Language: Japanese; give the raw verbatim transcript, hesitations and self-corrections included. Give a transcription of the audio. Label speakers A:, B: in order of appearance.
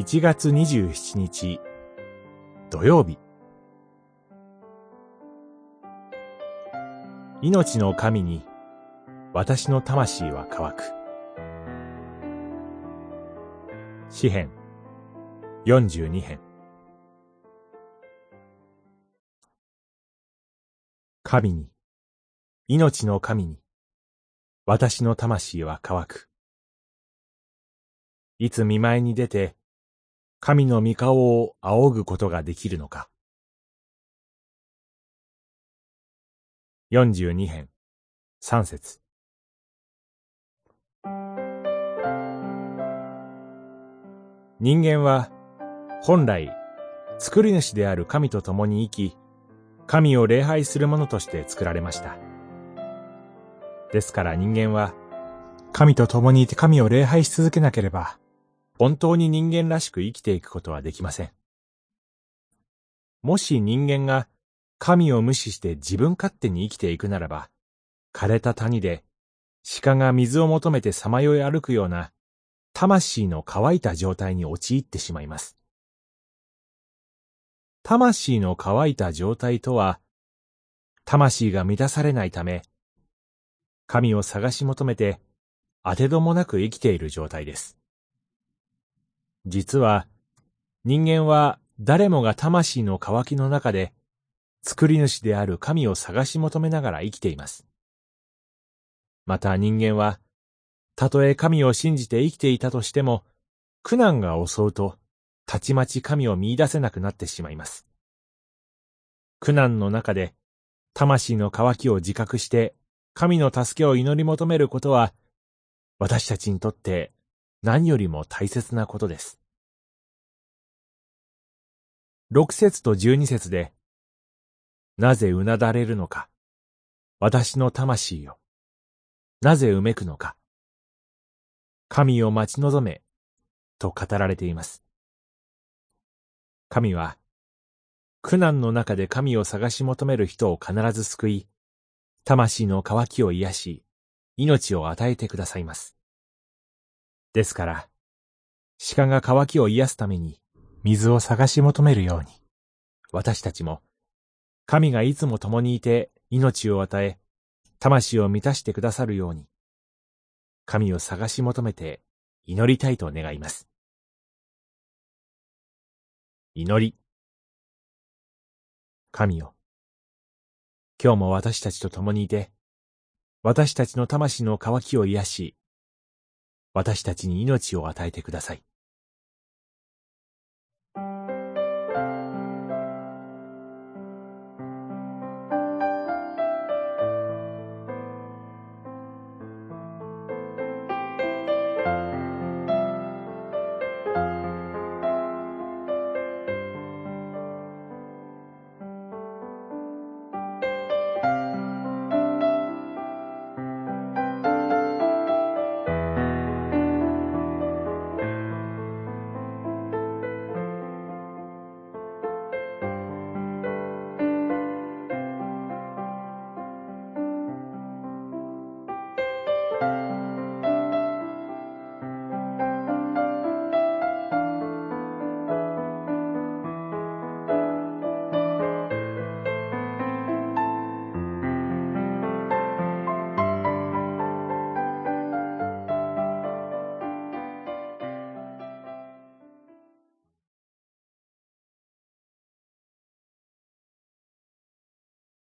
A: ちがつにじゅうしちにち土曜日。命の神に私の魂は乾く。詩編よんじゅうに編。神に、命の神に私の魂は乾く。いつ見舞いに出て神の御顔を仰ぐことができるのか。よんじゅうに編さん節。人間は本来作り主である神と共に生き、神を礼拝するものとして作られました。ですから人間は神と共にいて神を礼拝し続けなければ、本当に人間らしく生きていくことはできません。もし人間が神を無視して自分勝手に生きていくならば、枯れた谷で鹿が水を求めてさまよい歩くような魂の乾いた状態に陥ってしまいます。魂の乾いた状態とは、魂が満たされないため、神を探し求めて当てどもなく生きている状態です。実は人間は誰もが魂の渇きの中で作り主である神を探し求めながら生きています。また人間はたとえ神を信じて生きていたとしても、苦難が襲うとたちまち神を見出せなくなってしまいます。苦難の中で魂の渇きを自覚して神の助けを祈り求めることは、私たちにとって何よりも大切なことです。ろく節とじゅうに節で、なぜうなだれるのか、私の魂よ。なぜうめくのか。神を待ち望め、と語られています。神は、苦難の中で神を探し求める人を必ず救い、魂の渇きを癒し、命を与えてくださいます。ですから、鹿が渇きを癒すために水を探し求めるように、私たちも、神がいつも共にいて命を与え、魂を満たしてくださるように、神を探し求めて祈りたいと願います。祈り。神よ、今日も私たちと共にいて、私たちの魂の渇きを癒し、私たちに命を与えてください。